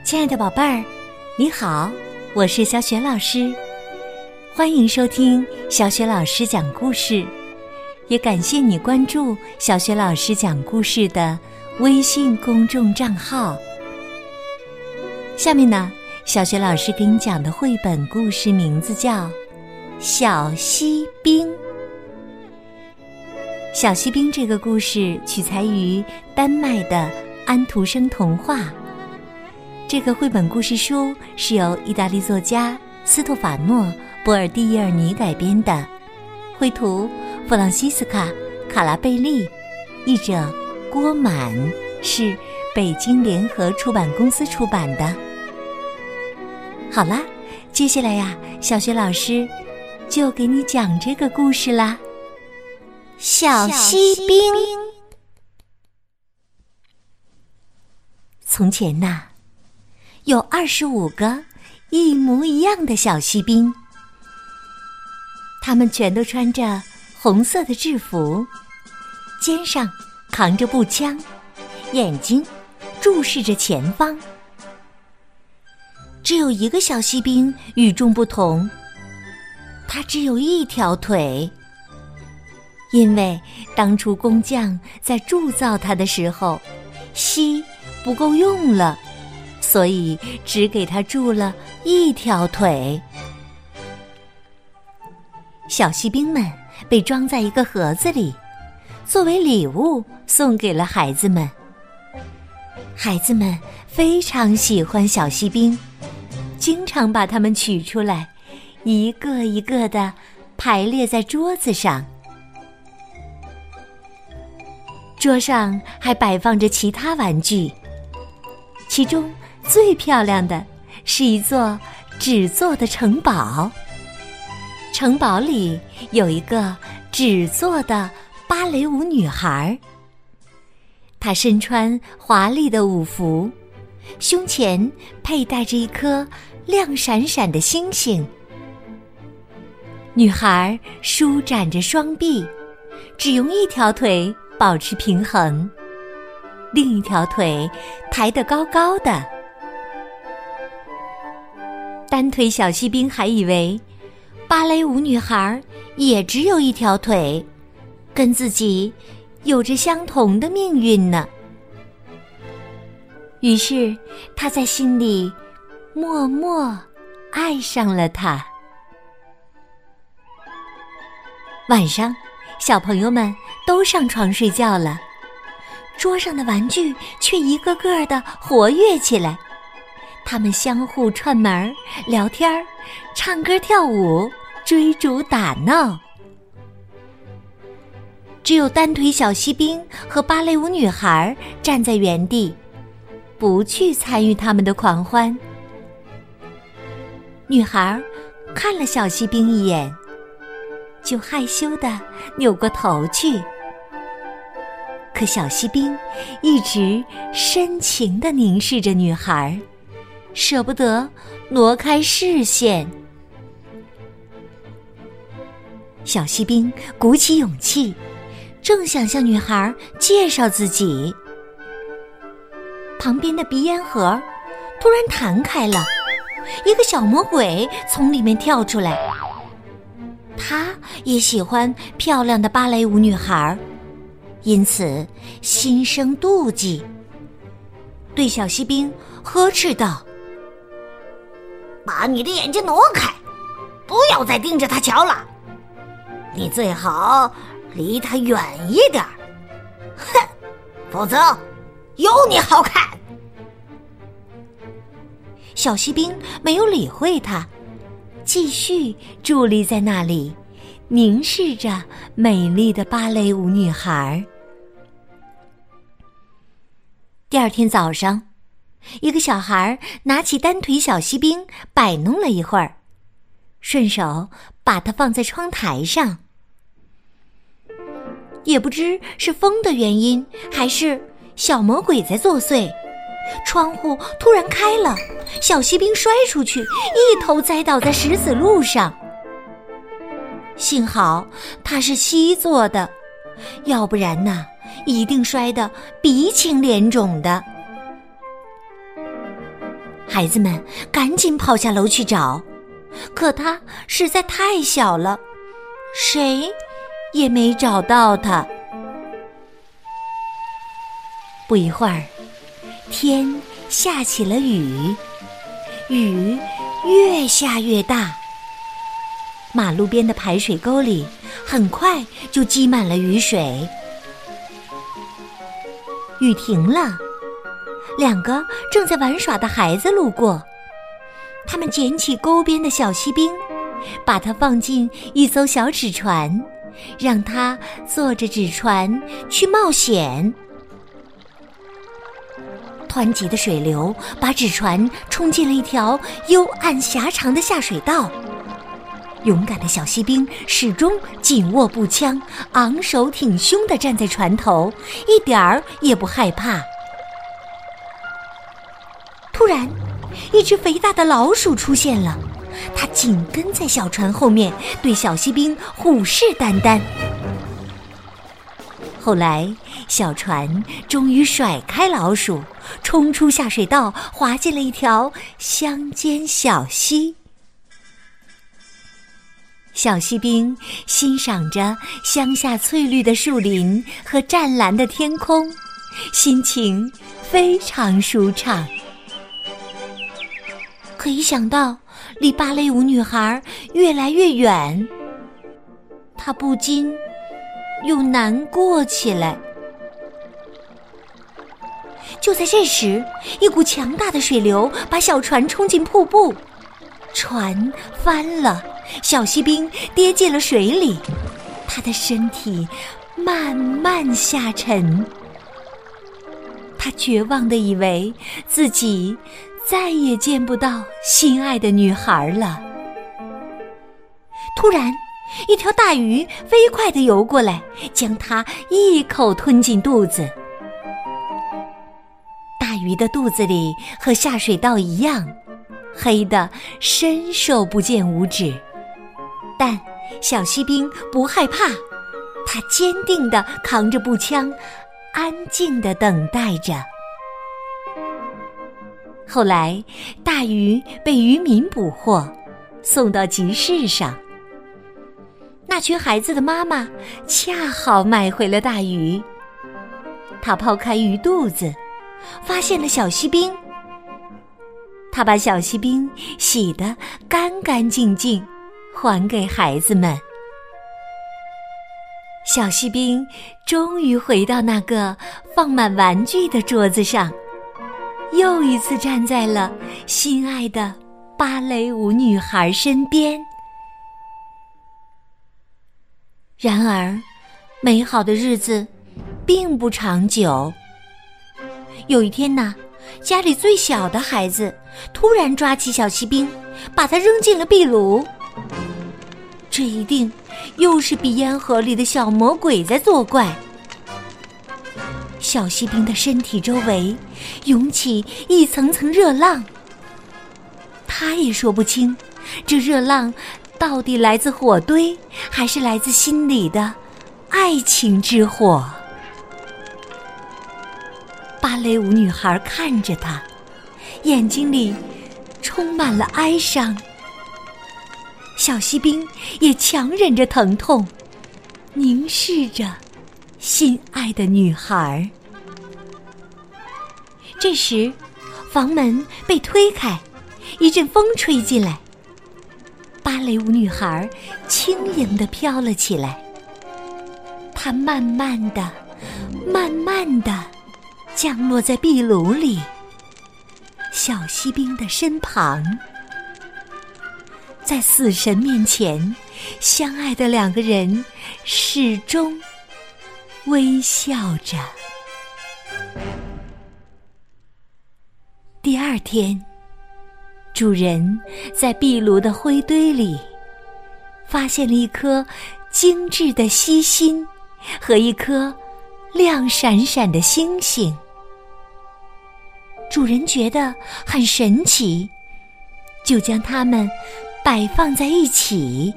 亲爱的宝贝儿，你好，我是小雪老师，欢迎收听小雪老师讲故事，也感谢你关注小雪老师讲故事的微信公众账号。下面呢，小雪老师给你讲的绘本故事名字叫《小锡兵》。小锡兵这个故事取材于丹麦的安徒生童话。这个绘本故事书是由意大利作家斯托法诺·波尔蒂耶尔尼改编的，绘图弗朗西斯卡·卡拉贝利，译者郭满，是北京联合出版公司出版的。好啦，接下来呀，小雪老师就给你讲这个故事啦。小锡兵。从前呐，有25个一模一样的小锡兵，他们全都穿着红色的制服，肩上扛着步枪，眼睛注视着前方。只有一个小锡兵与众不同，他只有一条腿，因为当初工匠在铸造它的时候，锡不够用了，所以只给他铸了一条腿。小锡兵们被装在一个盒子里，作为礼物送给了孩子们。孩子们非常喜欢小锡兵，经常把它们取出来，一个一个地排列在桌子上。桌上还摆放着其他玩具，其中最漂亮的是一座纸做的城堡。城堡里有一个纸做的芭蕾舞女孩，她身穿华丽的舞服，胸前佩戴着一颗亮闪闪的星星。女孩舒展着双臂，只用一条腿保持平衡，另一条腿抬得高高的。单腿小锡兵还以为芭蕾舞女孩也只有一条腿，跟自己有着相同的命运呢。于是他在心里默默爱上了她。晚上，小朋友们都上床睡觉了，桌上的玩具却一个个的活跃起来。他们相互串门聊天，唱歌跳舞，追逐打闹。只有单腿小锡兵和芭蕾舞女孩站在原地，不去参与他们的狂欢。女孩看了小锡兵一眼，就害羞地扭过头去。可小锡兵一直深情地凝视着女孩，舍不得挪开视线。小锡兵鼓起勇气，正想向女孩介绍自己，旁边的鼻烟盒突然弹开了，一个小魔鬼从里面跳出来。他也喜欢漂亮的芭蕾舞女孩，因此心生妒忌，对小锡兵呵斥道：把你的眼睛挪开，不要再盯着他瞧了，你最好离他远一点，哼，否则有你好看。小锡兵没有理会他，继续伫立在那里，凝视着美丽的芭蕾舞女孩。第二天早上，一个小孩拿起单腿小锡兵摆弄了一会儿，顺手把它放在窗台上。也不知是风的原因，还是小魔鬼在作祟，窗户突然开了，小锡兵摔出去，一头栽倒在石子路上。幸好它是锡做的，要不然呢，一定摔得鼻青脸肿的。 孩子们赶紧跑下楼去找，可它实在太小了，谁也没找到它。不一会儿，天下起了雨，雨越下越大，马路边的排水沟里很快就积满了雨水。雨停了，两个正在玩耍的孩子路过，他们捡起沟边的小锡兵，把它放进一艘小纸船，让它坐着纸船去冒险。湍急的水流把纸船冲进了一条幽暗狭长的下水道，勇敢的小锡兵始终紧握步枪，昂首挺胸地站在船头，一点儿也不害怕。突然，一只肥大的老鼠出现了，它紧跟在小船后面，对小锡兵虎视眈眈。后来，小船终于甩开老鼠，冲出下水道，滑进了一条乡间小溪。小锡兵欣赏着乡下翠绿的树林和湛蓝的天空，心情非常舒畅。可一想到离芭蕾舞女孩越来越远，他不禁又难过起来。就在这时，一股强大的水流把小船冲进瀑布，船翻了，小锡兵跌进了水里，他的身体慢慢下沉。他绝望地以为自己再也见不到心爱的女孩了。突然，一条大鱼飞快地游过来，将它一口吞进肚子。大鱼的肚子里和下水道一样，黑得伸手不见五指。但小锡兵不害怕，他坚定地扛着步枪，安静地等待着。后来，大鱼被渔民捕获，送到集市上。那群孩子的妈妈恰好买回了大鱼，她抛开鱼肚子，发现了小锡兵。她把小锡兵洗得干干净净，还给孩子们。小锡兵终于回到那个放满玩具的桌子上，又一次站在了心爱的芭蕾舞女孩身边。然而，美好的日子并不长久。有一天呢，家里最小的孩子突然抓起小锡兵，把它扔进了壁炉。这一定又是鼻烟盒里的小魔鬼在作怪。小锡兵的身体周围涌起一层层热浪，他也说不清这热浪到底来自火堆，还是来自心里的爱情之火。芭蕾舞女孩看着他，眼睛里充满了哀伤。小锡兵也强忍着疼痛，凝视着心爱的女孩。这时，房门被推开，一阵风吹进来，芭蕾舞女孩轻盈地飘了起来。她慢慢地降落在壁炉里，小锡兵的身旁。在死神面前，相爱的两个人始终微笑着。第二天，主人在壁炉的灰堆里发现了一颗精致的锡心和一颗亮闪闪的星星。主人觉得很神奇，就将它们摆放在一起。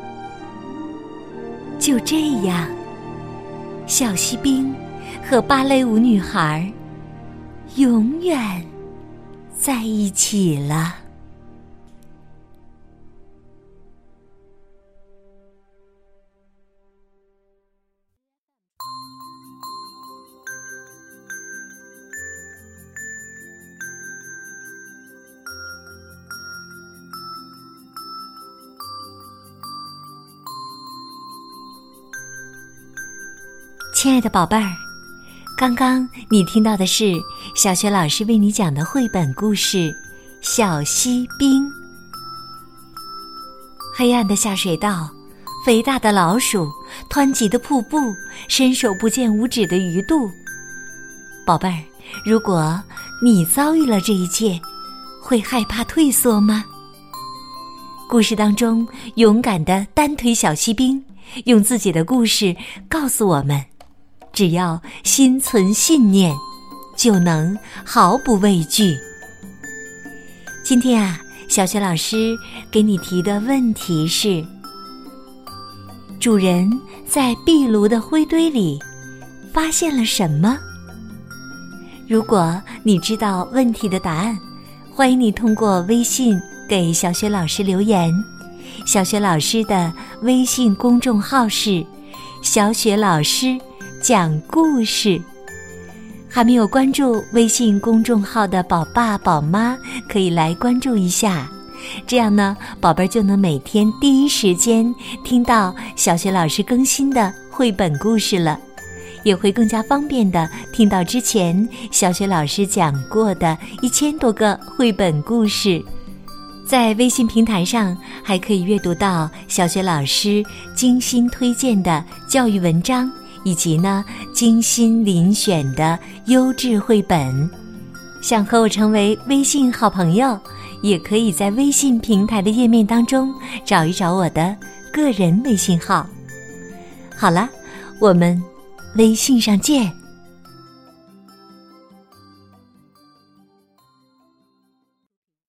就这样，小锡兵和芭蕾舞女孩永远在一起了。亲爱的宝贝儿，刚刚你听到的是小雪老师为你讲的绘本故事《小锡兵》。黑暗的下水道，肥大的老鼠，湍急的瀑布，伸手不见五指的鱼肚。宝贝儿，如果你遭遇了这一切，会害怕退缩吗？故事当中勇敢的单腿小锡兵用自己的故事告诉我们，只要心存信念，就能毫不畏惧。今天啊，小雪老师给你提的问题是：主人在壁炉的灰堆里发现了什么？如果你知道问题的答案，欢迎你通过微信给小雪老师留言。小雪老师的微信公众号是小雪老师讲故事。还没有关注微信公众号的宝爸宝妈可以来关注一下，这样呢，宝贝儿就能每天第一时间听到小雪老师更新的绘本故事了，也会更加方便的听到之前小雪老师讲过的1000多个绘本故事。在微信平台上还可以阅读到小雪老师精心推荐的教育文章，以及呢精心遴选的优质绘本。想和我成为微信好朋友，也可以在微信平台的页面当中找一找我的个人微信号。好了，我们微信上见。